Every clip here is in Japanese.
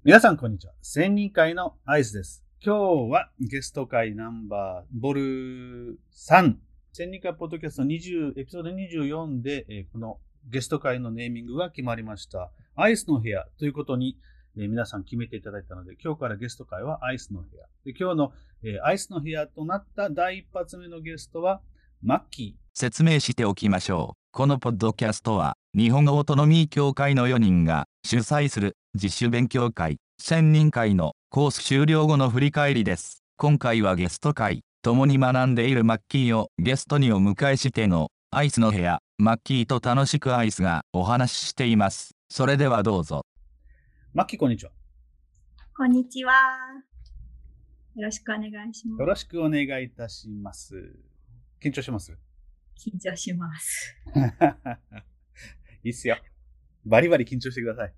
皆さん、こんにちは。千人会のアイスです。今日はゲスト会ナンバーボル3。千人会ポッドキャスト20、エピソード24で、このゲスト会のネーミングが決まりました。アイスの部屋ということに、皆さん決めていただいたので、今日からゲスト会はアイスの部屋。で今日の、アイスの部屋となった第一発目のゲストは、マッキー。 説明しておきましょう。このポッドキャストは、日本オートノミー協会の4人が主催する自主勉強会、1000人会のコース終了後の振り返りです。今回はゲスト会、共に学んでいるマッキーをゲストにお迎えしてのアイスの部屋、マッキーと楽しくアイスがお話ししています。それではどうぞ。 マッキー、こんにちは。 こんにちは。よろしくお願いします。 よろしくお願いいたします。緊張します？ 緊張します。 いいっすよ。バリバリ緊張してください。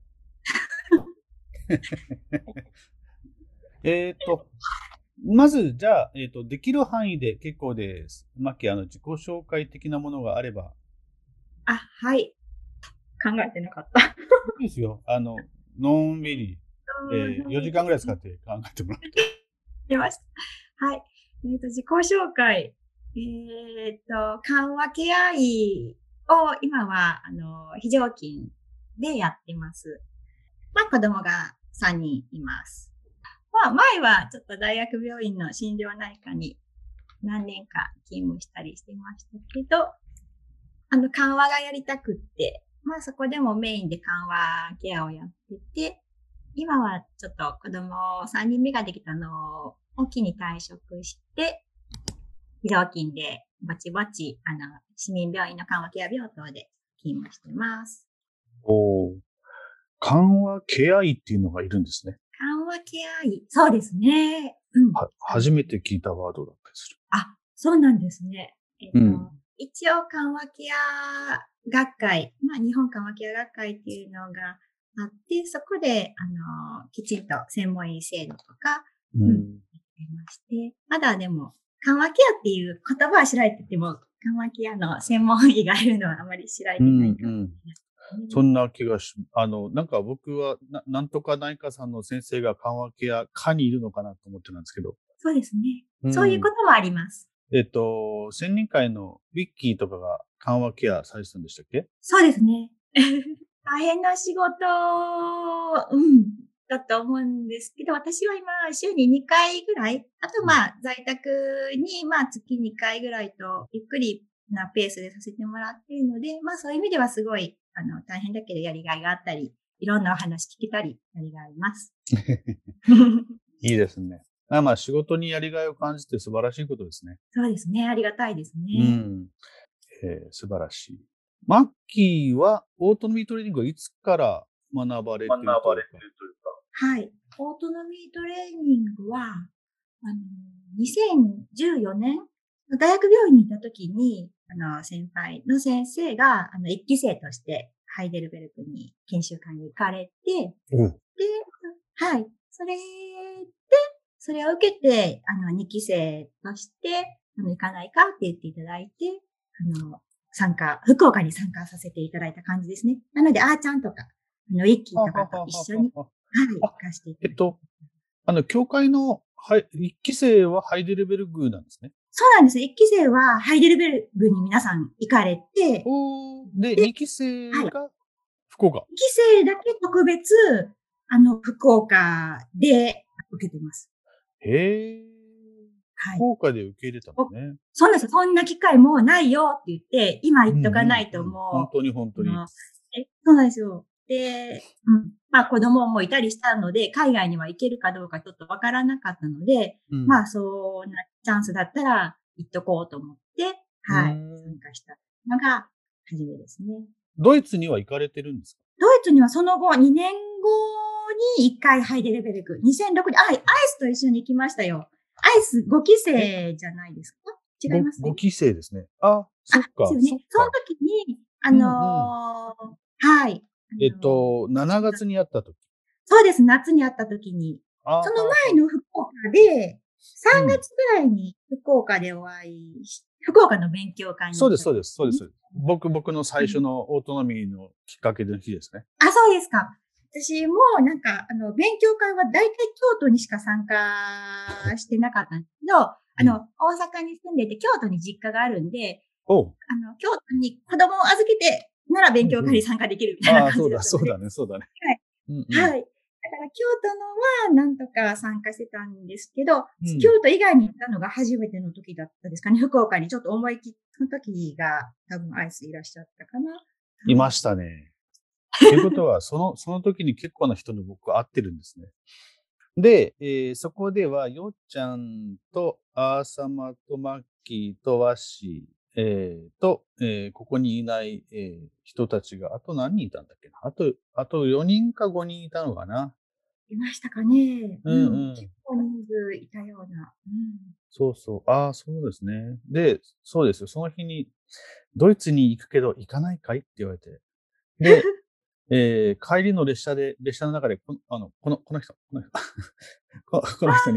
まず、じゃあ、できる範囲で結構です。マッキー、自己紹介的なものがあれば。 はい。考えてなかった。 いいですよ。のんびり、4時間ぐらい使って考えてもらって。 出ました。はい。自己紹介。緩和ケア医を今は、非常勤でやってます。子供が3人います。前はちょっと大学病院の心療内科に何年か勤務したりしてましたけど、緩和がやりたくって、そこでもメインで緩和ケアをやってて、今はちょっと子供3人目ができたのを大きに退職して、非常勤でぼちぼち、市民病院の緩和ケア病棟で勤務してます。 緩和ケア医っていうのがいるんですね。 緩和ケア医。そうですね。 初めて聞いたワードだったりする。 そうなんですね。一応緩和ケア学会、日本緩和ケア学会っていうのがあって、そこで、きちんと専門医制度とか、やってまして、まだでも、緩和ケアっていう言葉は知られてても、緩和ケアの専門医がいるのはあまり知られてないかもしれない。 そんな気がなんか僕はなんとか内科さんの先生が緩和ケア科にいるのかなと思ってたんですけど。 そうですね。そういうこともあります。 千人会のウィッキーとかが緩和ケアされてたんでしたっけ？ そうですね。大変な仕事、だと思うんですけど、私は今、週に2回ぐらい、あと在宅に月2回ぐらいと、ゆっくりなペースでさせてもらっているので、そういう意味ではすごい、大変だけどやりがいがあったり、いろんなお話聞けたり、やりがいあります。 いいですね。仕事にやりがいを感じて素晴らしいことですね。 そうですね。ありがたいですね。 素晴らしい。マッキーはオートノミートレーニングはいつから学ばれているというか。 はい。オートノミートレーニングは、2014年、大学病院にいた時に、先輩の先生が、1期生としてハイデルベルクに研修会に行かれて、で、はい。それを受けて、2期生として、行かないかって言っていただいて、福岡に参加させていただいた感じですね。なので、あーちゃんとか、ウィッキーとかと一緒に、行かせていただいて。 教会の1期生はハイデルベルグなんですね。 そうなんです。1期生はハイデルベルグに皆さん行かれて、 で、2期生が福岡。 2期生だけ特別、福岡で受けてます。 へー。福岡で受け入れたのね。 そうなんです。そんな機会もうないよって言って、今言っとかないともう。 本当に。 そうなんですよ。で、子供もいたりしたので、海外には行けるかどうかちょっとわからなかったので、そんなチャンスだったら行っとこうと思って、参加したのが初めですね。 ドイツには行かれてるんですか？ ドイツにはその後、2年後に1回ハイデルベルク、2006年、アイスと一緒に行きましたよ。アイス5期生じゃないですか？違いますね。 5期生ですね。そっか。 ですよね。その時に、はい。 7月に会った時。 そうです。夏に会った時に。その前の福岡で、3月ぐらいに福岡でお会いし、福岡の勉強会に。 そうです。僕の最初のオートノミーのきっかけの日ですね。 そうですか。 私もなんか、勉強会は大体京都にしか参加してなかったんですけど、大阪に住んでて京都に実家があるんで、 おう。 京都に子供を預けてなら勉強会に参加できるみたいな感じだったので。 そうだね、そうだね。 はい。 うんうん。 はい。だから京都のはなんとか参加してたんですけど、 うん京都以外に行ったのが初めての時だったですかね。福岡にちょっと思い切った時が多分アイスいらっしゃったかな。 いましたね。ということは、その時に結構な人に僕は会ってるんですね。で、そこでは、よっちゃんと、アーサマとマッキーとワッシー、ここにいない、人たちが、あと何人いたんだっけな。あと4人か5人いたのかな。 いましたかね。 うんうん。 結構人数いたような。 そうそう。ああ、そうですね。で、そうですよ。その日に、ドイツに行くけど行かないかいって言われて。で、帰りの列車の中で、この人、この人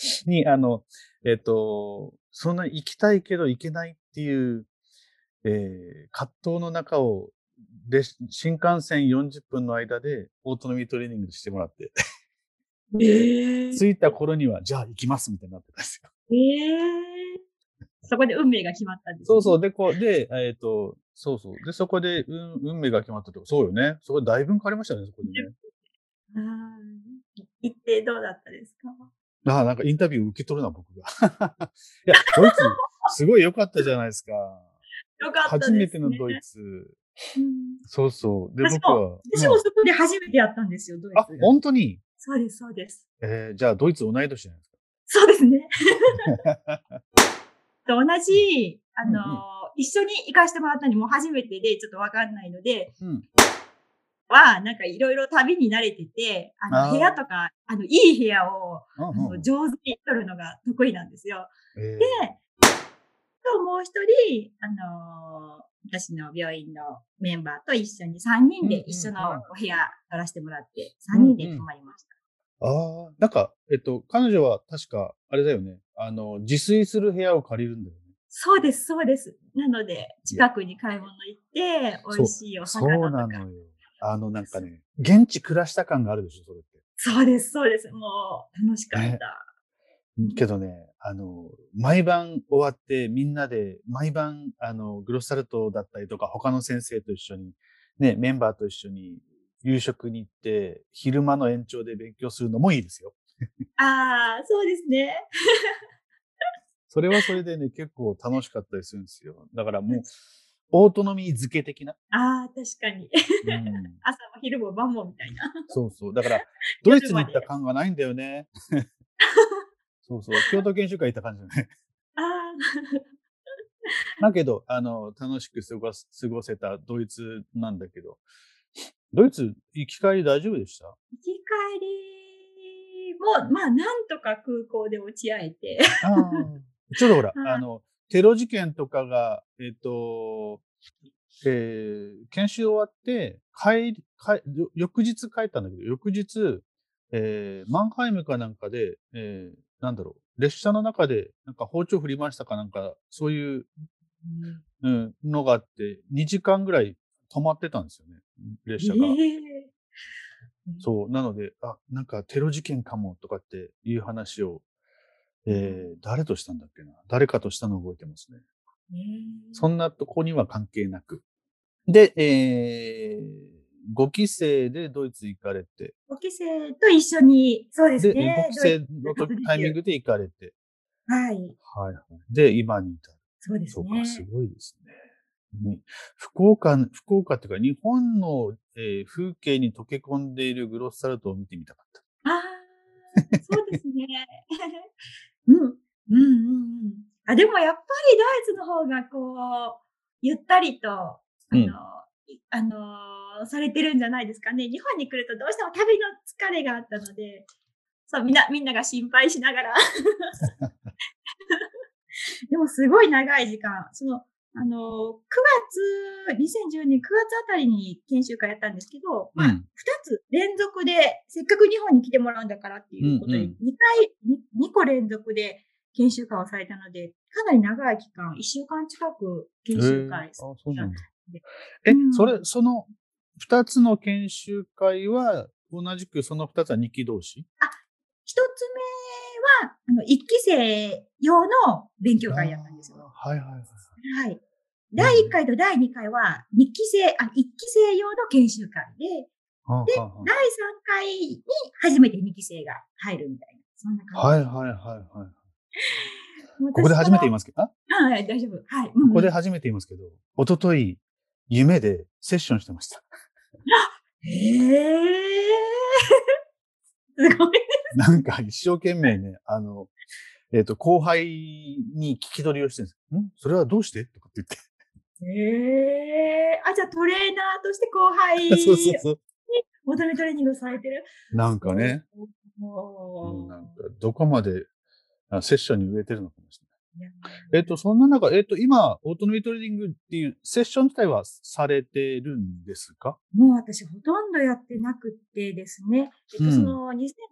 そんな行きたいけど行けないっていう、葛藤の中を、新幹線40分の間でオートノミートレーニングしてもらって、着いた頃には、じゃあ行きますみたいになってたんですよ。 そこで運命が決まったんですね。 そうそう。で、そうそう。で、そこで、運命が決まったってこと、そうよね。そこでだいぶ変わりましたね、そこでね。 行ってどうだったですか？ なんかインタビュー受け取るな、僕が。いや、ドイツ、すごい良かったじゃないですか。 よかったですね。 初めてのドイツ。そうそう。で、僕は。 私もそこで初めてやったんですよ、ドイツ。 あ、本当に？ そうです、そうです。 じゃあ、ドイツ同い年じゃないですか。 そうですね。同じ、一緒に行かしてもらったにも初めてでちょっとわかんないので、なんかいろいろ旅に慣れてて、部屋とか、いい部屋を、上手に取るのが得意なんですよ。で、もう一人、私の病院のメンバーと一緒に3人で一緒のお部屋取らせてもらって、3人で泊まりました。 なんか、彼女は確か、あれだよね。自炊する部屋を借りるんだよね。 そうです、そうです。なので、近くに買い物行って、美味しいお魚とか。 そうなのよ。なんかね、現地暮らした感があるでしょ、それって。 そうです、そうです。もう、楽しかった。 けどね、毎晩終わってみんなで、毎晩、グロッサルトだったりとか、他の先生と一緒に、ね、メンバーと一緒に夕食に行って、昼間の延長で勉強するのもいいですよ。 そうですね。 それはそれでね、結構楽しかったりするんですよ。だからもう、オートノミー漬け的な。 確かに。朝も昼も晩もみたいな。 そうそう。だから、ドイツに行った感がないんだよね。そうそう。京都研修会行った感じだね。だけど、楽しく過ごせたドイツなんだけど、ドイツ行き帰り大丈夫でした？ 行き帰りも、なんとか空港で落ち合えて。 ちょっとほら、テロ事件とかが、研修終わって、翌日帰ったんだけど、翌日、マンハイムかなんかで、列車の中で、なんか包丁振りましたかなんか、そういう、のがあって、2時間ぐらい止まってたんですよね、列車が。そう、なので、なんかテロ事件かもとかっていう話を、誰としたんだっけな。誰かとしたのを覚えてますね。そんなとこには関係なく。で、5期生でドイツ行かれて。 5期生と一緒に、そうですね。 で、5期生のタイミングで行かれて。 はい。 はいはい。で、今に至る。 そうですね。 そうか、すごいですね。福岡っていうか、日本の、風景に溶け込んでいるグロッサルトを見てみたかった。 そうですね。でもやっぱりドイツの方がこう、ゆったりと、されてるんじゃないですかね。日本に来るとどうしても旅の疲れがあったので、そう、みんなが心配しながら。でもすごい長い時間、2010年9月あたりに研修会やったんですけど、2つ連続で、せっかく日本に来てもらうんだからっていうことで、2個連続で研修会をされたので、かなり長い期間、1週間近く研修会そうなんだ。その2つの研修会は、 同じくその2つは2期同士？ 一つ目は、一期生用の勉強会やったんですよ。 はいはいはい。 はい。第1回と第2回は、1期生用の研修会で、で、第3回に初めて2期生が入るみたいな、そんな感じ。 はいはいはいはい。ここで初めて言いますけど、 はい、大丈夫。はい。 ここで初めて言いますけど、一昨日夢でセッションしてました。 へすごい。 なんか一生懸命ね、後輩に聞き取りをしてるんです。それはどうしてとかって言って。 じゃあトレーナーとして後輩そうそうそう。 に求めトレーニングをされてる。 なんかね、なんかどこまでセッションに植えてるのかもしれない。そんな中、今、オートノミトレーニングっていうセッション自体はされてるんですか？ もう私ほとんどやってなくってですね。その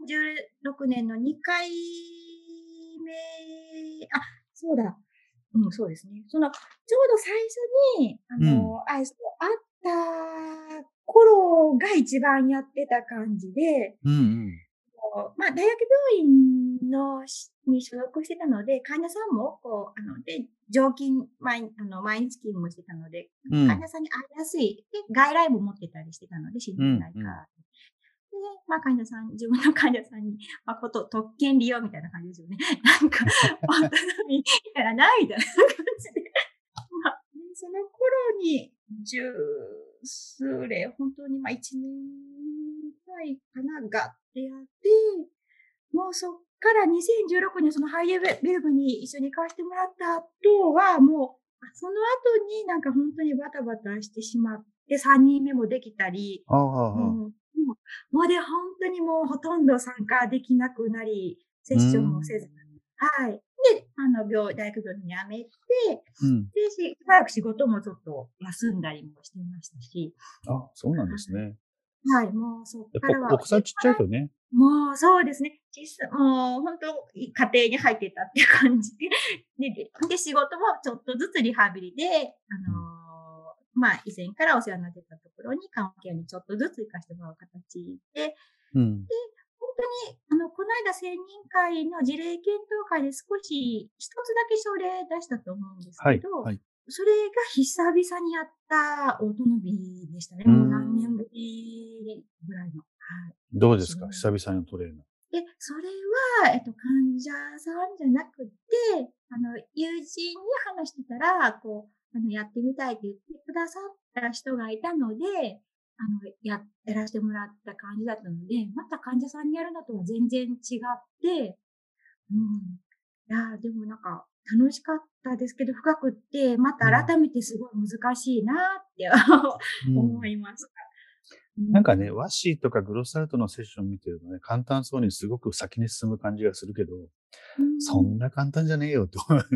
2016年の2回目、そうだ。そうですね。ちょうど最初に、アイスと会った頃が一番やってた感じで、大学病院に所属してたので、患者さんも、常勤、毎日勤務してたので、患者さんに会いやすい、で、外来も持ってたりしてたので、心療内科。で、自分の患者さんに、特権利用みたいな感じですよね。なんか、オートノミーみたいな、ないみたいな感じで。その頃に、数例、本当に1年くらいかな、がってやって、もうそっから2016年そのハイエベルグに一緒に行かせてもらった後は、もう、その後になんか本当にバタバタしてしまって、3人目もできたり、もうで本当にもうほとんど参加できなくなり、セッションもせず。はい。で、大学病院に辞めて、で、しばらく仕事もちょっと休んだりもしてましたし。 そうなんですね。 はい、もうそっからは。 お子さんちっちゃいとね。 もうそうですね。もう本当家庭に入ってたっていう感じで。で、仕事もちょっとずつリハビリで、以前からお世話になってたところに、緩和ケアにちょっとずつ行かせてもらう形で、で、本当に、この間青年会の事例検討会で少し、一つだけ症例出したと思うんですけど、それが久々にやったオートノビーでしたね。もう何年ぶりぐらいの。 どうですか？久々のトレーナー。 で、それは、患者さんじゃなくて、友人に話してたら、やってみたいって言ってくださった人がいたので、やらせてもらった感じだったので、また患者さんにやるのとは全然違って、でもなんか楽しかったですけど、深くって、また改めてすごい難しいなって思いました。 なんかね、ワッシーとかグロッサルトのセッション見てるとね、簡単そうにすごく先に進む感じがするけど、そんな簡単じゃねえよって思うね。 そう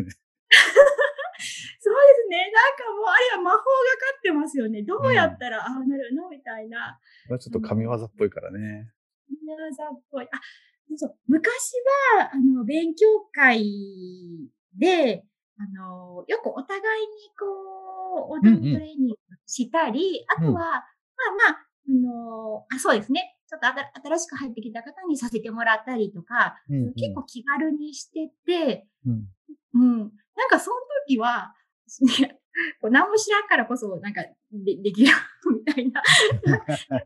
ですね。なんかもう、あれは魔法がかってますよね。どうやったらああなるのみたいな。 ちょっと神業っぽいからね。 神業っぽい。そう。昔は、勉強会で、よくお互いにオートミトレーニングしたり、あとは、そうですね。ちょっと新しく入ってきた方にさせてもらったりとか、結構気軽にしてて、なんかその時は、何も知らんからこそ、なんか、できるみたいな。なんかわかんないけ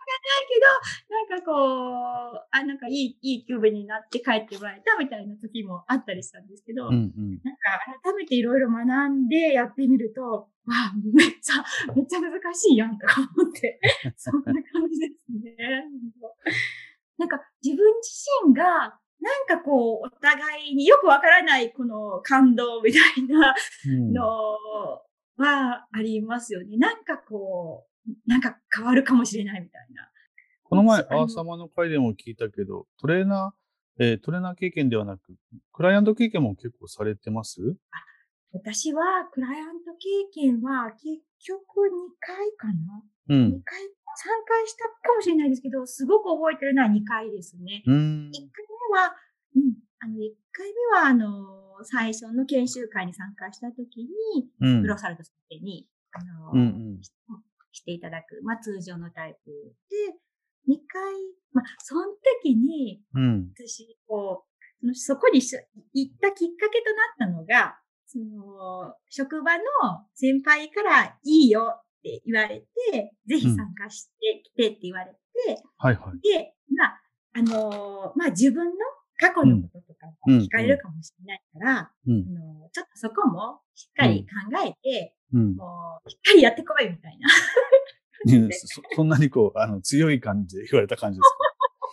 ど、なんかいい気分になって帰ってもらえたみたいな時もあったりしたんですけど、なんか改めていろいろ学んでやってみると、めっちゃ難しいやんとか思って、そんな感じですね。なんか自分自身が、なんかお互いによくわからないこの感動みたいなのはありますよね。なんか変わるかもしれないみたいな。 この前、アー様の会でも聞いたけど、トレーナー経験ではなく、クライアント経験も結構されてます？ 私は、クライアント経験は結局2回かな、?2 回、3回したかもしれないですけど、すごく覚えてるのは2回ですね。1回目は、1回目は、最初の研修会に参加したときに、グロッサルト先生に、していただく、通常のタイプ 2回、その時に、私、そこに行ったきっかけとなったのが、職場の先輩からいいよって言われて、ぜひ参加してきてって言われて、 はいはい。 で、自分の過去のこととかも聞かれるかもしれないから、ちょっとそこもしっかり考えて、もう、しっかりやってこいみたいな。 そんなに強い感じで言われた感じですか？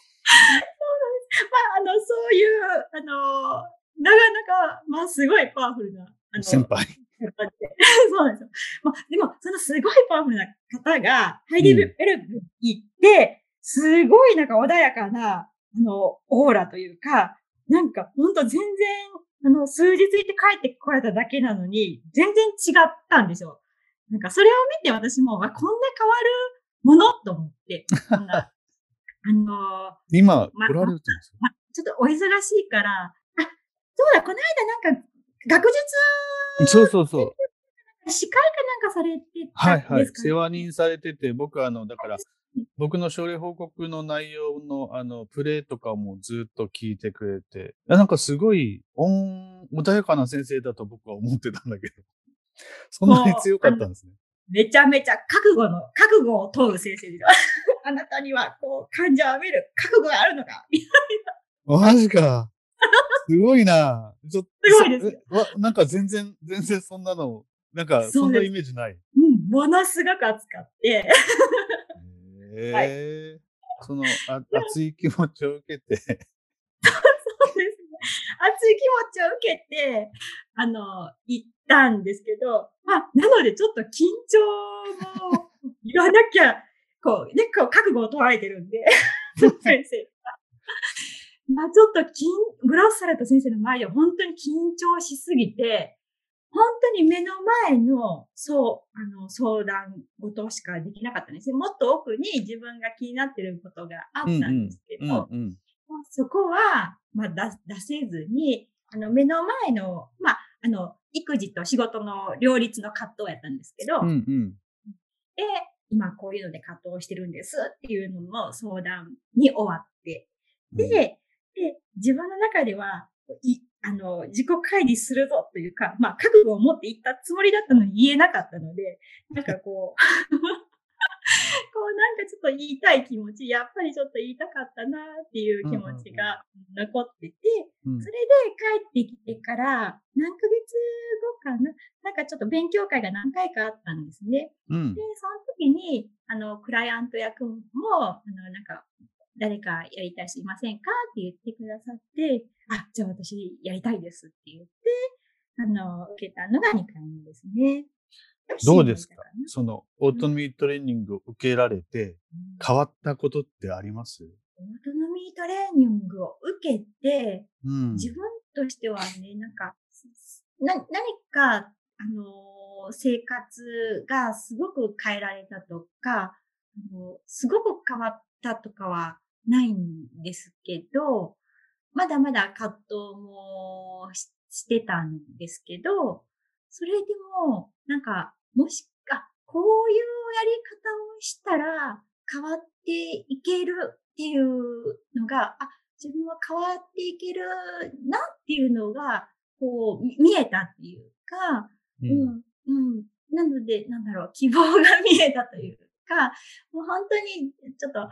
そういう、なかなか、すごいパワフルな、 先輩。 そうなんですよ。でも、そのすごいパワフルな方が、ハイデルベルグに行って、すごい穏やかな、オーラというか、ほんと全然、数日いて帰ってこられただけなのに、全然違ったんですよ。それを見て私も、こんな変わるものと思って、こんな、 今、来られるって言うんですか？ ちょっとお忙しいから、そうだ、この間学術そうそうそう。 司会かされてたはいはい。 んですかね。 世話人されてて、僕だから、僕の症例報告の内容のプレイとかもずっと聞いてくれて、すごい穏やかな先生だと僕は思ってたんだけど、そんなに強かったんですね。 めちゃめちゃ覚悟を問う先生です。あなたには、患者を見る覚悟があるのかみたいな。マジか。すごいな。 すごいです。 全然そんなの、そんなイメージない。 ものすごく熱かって。 はい。その熱い気持ちを受けて。そうですね。 熱い気持ちを受けて、行ったんですけど、なのでちょっと緊張も言わなきゃ、覚悟を問われてるんで、先生が。ちょっとグラスされた先生の前では本当に緊張しすぎて、本当に目の前の、相談事しかできなかったんですね。もっと奥に自分が気になっていることがあったんですけど、そこは、出せずに、目の前の、育児と仕事の両立の葛藤やったんですけど、で、今こういうので葛藤してるんですっていうのの相談に終わって、で、自分の中では、自己開示するぞというか、覚悟を持って言ったつもりだったのに言えなかったので、ちょっと言いたい気持ち、やっぱりちょっと言いたかったなっていう気持ちが残ってて、それで帰ってきてから何ヶ月後かな、ちょっと勉強会が何回かあったんですね。で、その時に、クライアント役も、誰かやりたい人いませんかって言ってくださって、じゃあ私やりたいですって言って、受けたのが2回目ですね。 どうですか？そのオートノミートレーニングを受けられて、変わったことってあります？ オートノミートレーニングを受けて、自分としてはね、何か、生活がすごく変えられたとか、すごく変わったとかはないんですけど、まだまだ葛藤もしてたんですけど、それでも、こういうやり方をしたら変わっていけるっていうのが、自分は変わっていけるなっていうのが、見えたっていうか、なので、希望が見えたというか、もう本当に、ちょっと、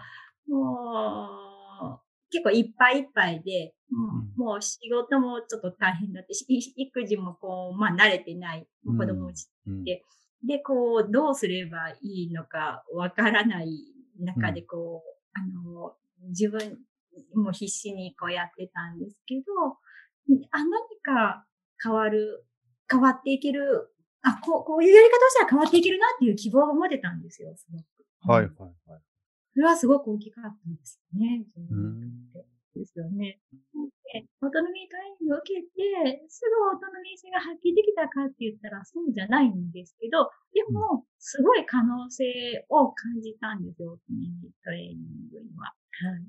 もう、結構いっぱいいっぱいで、もう仕事もちょっと大変だってし、育児も慣れてない、子供をちって、で、どうすればいいのかわからない中で、自分も必死にやってたんですけど、何か変わっていける、こういうやり方をしたら変わっていけるなっていう希望が持てたんですよ、すごく。 はいはいはい。 それはすごく大きかったんですね。ですよね。で、オートノミートレーニングを受けて、すぐオートノミー性が発揮できたかって言ったらそうじゃないんですけど、でも、すごい可能性を感じたんですよ、オートノミートレーニングには。はい。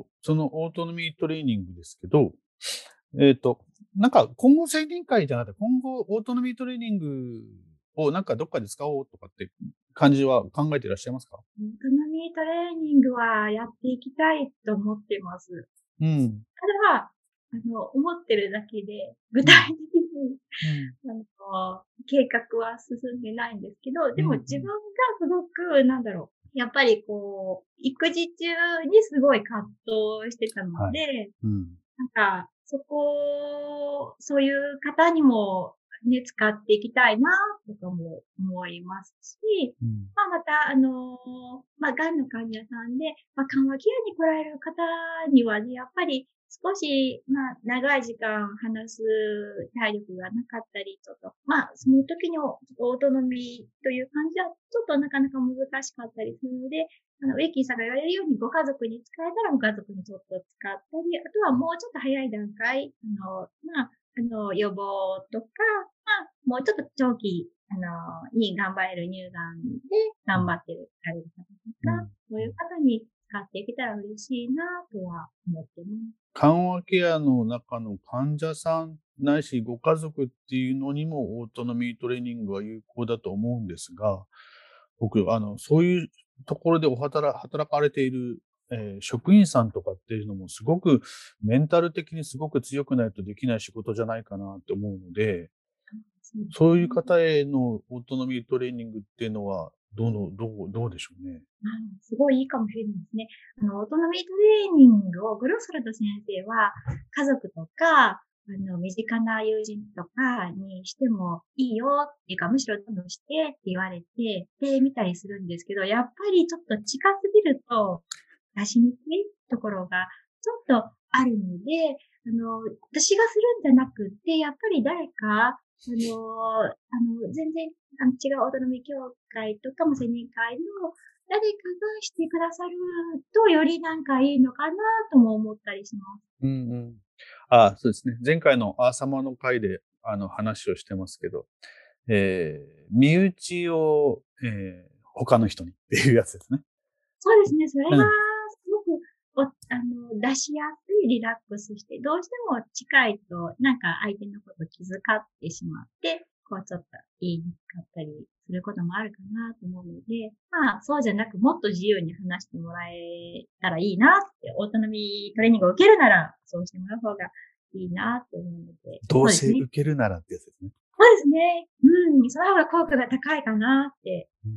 そのオートノミートレーニングですけど、今後青年会じゃなくて、今後オートノミートレーニングをなんかどっかで使おうとかって感じは考えていらっしゃいますか？ オートノミートレーニングはやっていきたいと思ってます。 うん。 ただ、思ってるだけで、具体的に、 うん。 計画は進んでないんですけど、でもうん。 自分がすごく、やっぱり育児中にすごい葛藤してたのはい。 で、 うん。 そういう方にもね、使っていきたいなとかも思いますし、 うん。 また、癌の患者さんで、緩和ケアに来られる方にはね、やっぱり少し、長い時間話す体力がなかったり、ちょっと、その時のオートノミーという感じは、ちょっとなかなか難しかったりするので、ウェイキーさんが言われるように、ご家族に使えたらご家族にちょっと使ったり、あとはもうちょっと早い段階、予防とか、もうちょっと長期、に頑張れる乳がんで頑張ってる方とか、そういう方に使っていけたら嬉しいなとは思ってます。 緩和ケアの中の患者さんないしご家族っていうのにもオートノミートレーニングは有効だと思うんですが、僕、そういうところで働かれている、職員さんとかっていうのもすごくメンタル的にすごく強くないとできない仕事じゃないかなって思うので、 そうですそういうね。 方へのオートノミートレーニングっていうのは、どうでしょうね。 すごいいいかもしれないですね。オートノミートレーニングをグロスラド先生は家族とか、身近な友人とかにしてもいいよっていうか、むしろどんどんしてって言われて、で、見たりするんですけど、やっぱりちょっと近すぎると出しにくいところがちょっとあるので、私がするんじゃなくって、やっぱり誰か、全然、違うオートノミー協会とかも専任会の誰かがしてくださると、よりいいのかなとも思ったりします。 うんうん。ああ、そうですね。前回のアーサマの回で、話をしてますけど、身内を、他の人にっていうやつですね。 そうですね、それがうん。 すごく、出しやすいリラックスして、どうしても近いと、相手のこと気遣ってしまって、ちょっと言いにくかったりすることもあるかなと思うので、そうじゃなく、もっと自由に話してもらえたらいいなって、オートノミートレーニングを受けるなら、そうしてもらう方がいいなって思うので、 どうそうですね。 せ受けるならってやつですね。 そうですね。その方が効果が高いかなって、 うん。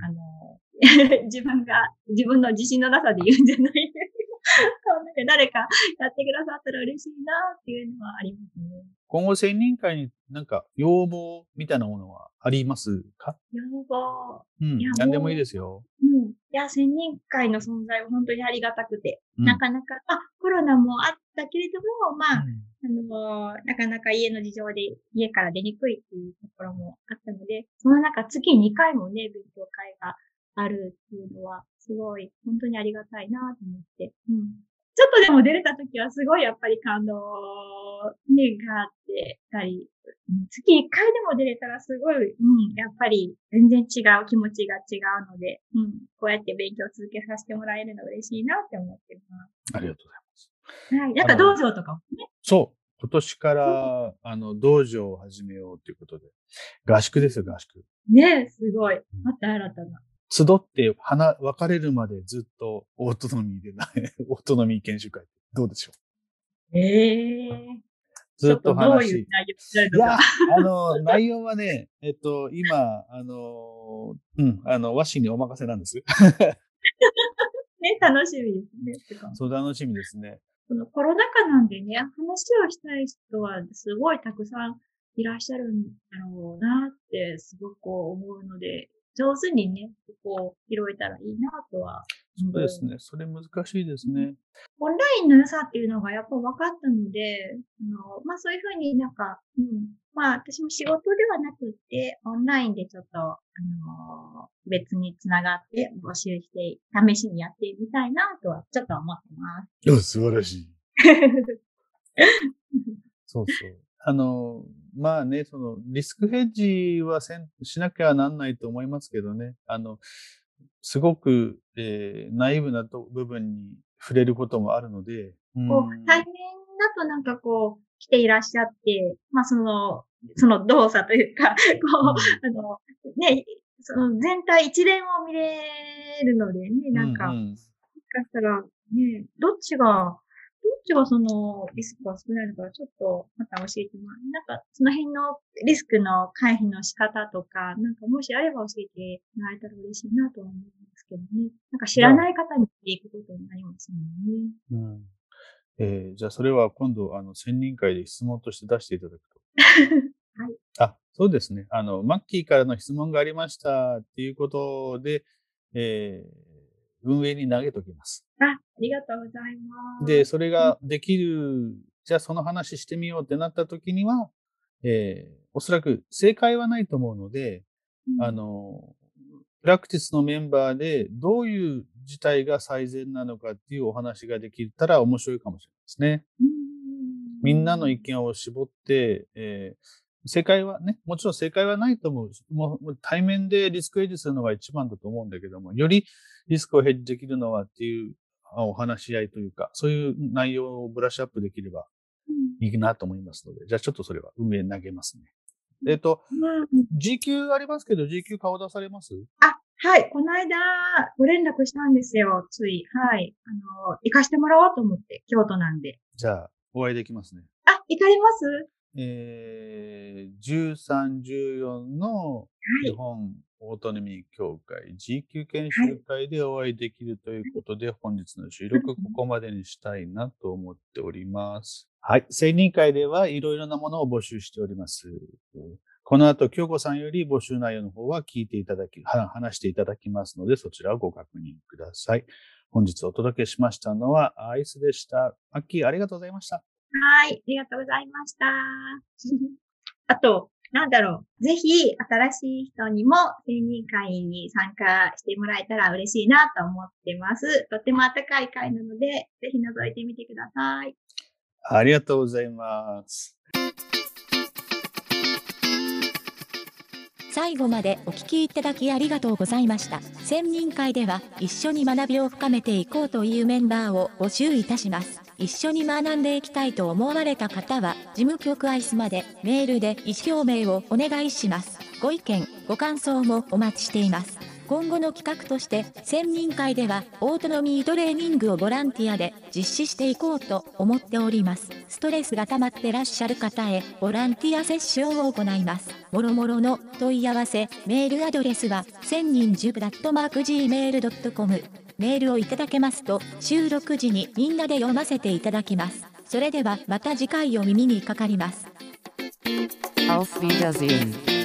自分の自信のなさで言うんじゃないですけど、誰かやってくださったら嬉しいなっていうのはありますね。 今後専任会になんか要望みたいなものはありますか？ 要望。 うん、 いや、 何でもいいもですよ。 いや、専任会の存在は本当にありがたくて、 うん。 なかなか、コロナもあったけれども、 うん。 なかなか家の事情で家から出にくいっていうところもあったので、その中月2回もね、勉強会があるっていうのは、すごい本当にありがたいなと思って。ちょっとでも出れた時はすごいやっぱり感動ね、があってたり、月1回でも出れたらすごい、やっぱり全然違う気持ちが違うので、こうやって勉強を続けさせてもらえるの嬉しいなって思ってます。 ありがとうございます。 はい。道あの場とかもね。 そう、今年かそうら、道場を始めようということで、合宿ですよ、合宿。 ね、すごい。 うん。 また新たな。 集って別れるまでずっとオートノミーでオートノミー研修会。どうでしょう？ ええ、ちょっずっととどういう話。 内容になるのか。 いや、内容はね、今、和紙にお任せなんです。 ね、楽しみですね。 そう、楽しみですね。 このコロナ禍なんでね、話をしたい人はすごいたくさんいらっしゃるんだろうなってすごく思うので、上手にね、そこを拾えたらいいなとは思う。 そうですね。それ難しいですね。 オンラインの良さっていうのがやっぱ分かったので、そういうふうに私も仕事ではなくって、オンラインでちょっと、別につながって募集して、試しにやってみたいなとはちょっと思ってます。 素晴らしい。そうそう。まあね、リスクヘッジはしなきゃなんないと思いますけどね。すごく、ナイーブな部分に触れることもあるので、 対面だと来ていらっしゃって、その動作というか、ね、その全体一連を見れるのでね、もしかしたら、ね、どっちがそのリスクが少ないのか、ちょっとまた教えてもらう。その辺のリスクの回避の仕方とか、もしあれば教えてもらえたら嬉しいなと思うんですけどね。知らない方に聞くことになりますもんね。じゃあそれは今度、専任会で質問として出していただくと。はい。そうですね。マッキーからの質問がありましたっていうことで、運営に投げときます。 ありがとうございます。 で、それができる、じゃあその話してみようってなった時には、おそらく正解はないと思うので、プラクティスのメンバーでどういう事態が最善なのかっていうお話ができたら面白いかもしれないですね。みんなの意見を絞って、正解はね、もちろん正解はないと思う。もう対面でリスクヘッジするのが一番だと思うんだけども、よりリスクをヘッジできるのはっていうお話し合いというか、そういう内容をブラッシュアップできればいいなと思いますので、じゃあちょっとそれは運営に投げますね。GQ ありますけど、GQ 顔出されます？ はい。この間、ご連絡したんですよ、つい。はい。行かしてもらおうと思って、京都なんで。 じゃあ、お会いできますね。 行かれます？ 13、14の日本オートノミー協会 GQ 研修会でお会いできるということで、本日の収録ここまでにしたいなと思っております。はい。専任会ではいろいろなものを募集しております。この後、京子さんより募集内容の方は聞いていただき、話していただきますので、そちらをご確認ください。本日お届けしましたのはアイスでした。マッキー、ありがとうございました。 はい、ありがとうございました。あと、ぜひ、新しい人にも専任会に参加してもらえたら嬉しいなと思ってます。とても温かい会なので、ぜひ覗いてみてください。 ありがとうございます。 最後までお聞きいただきありがとうございました。専任会では一緒に学びを深めていこうというメンバーを募集いたします。一緒に学んでいきたいと思われた方は、事務局アイスまでメールで意思表明をお願いします。ご意見、ご感想もお待ちしています。今後の企画として、専任会ではオートノミートレーニングをボランティアで実施していこうと思っております。ストレスが溜まってらっしゃる方へボランティアセッションを行います。もろもろの問い合わせ、メールアドレスは千人10@gmail.com。メールをいただけますと、収録時にみんなで読ませていただきます。それではまた次回お耳にかかります。 Auf Wiedersehen.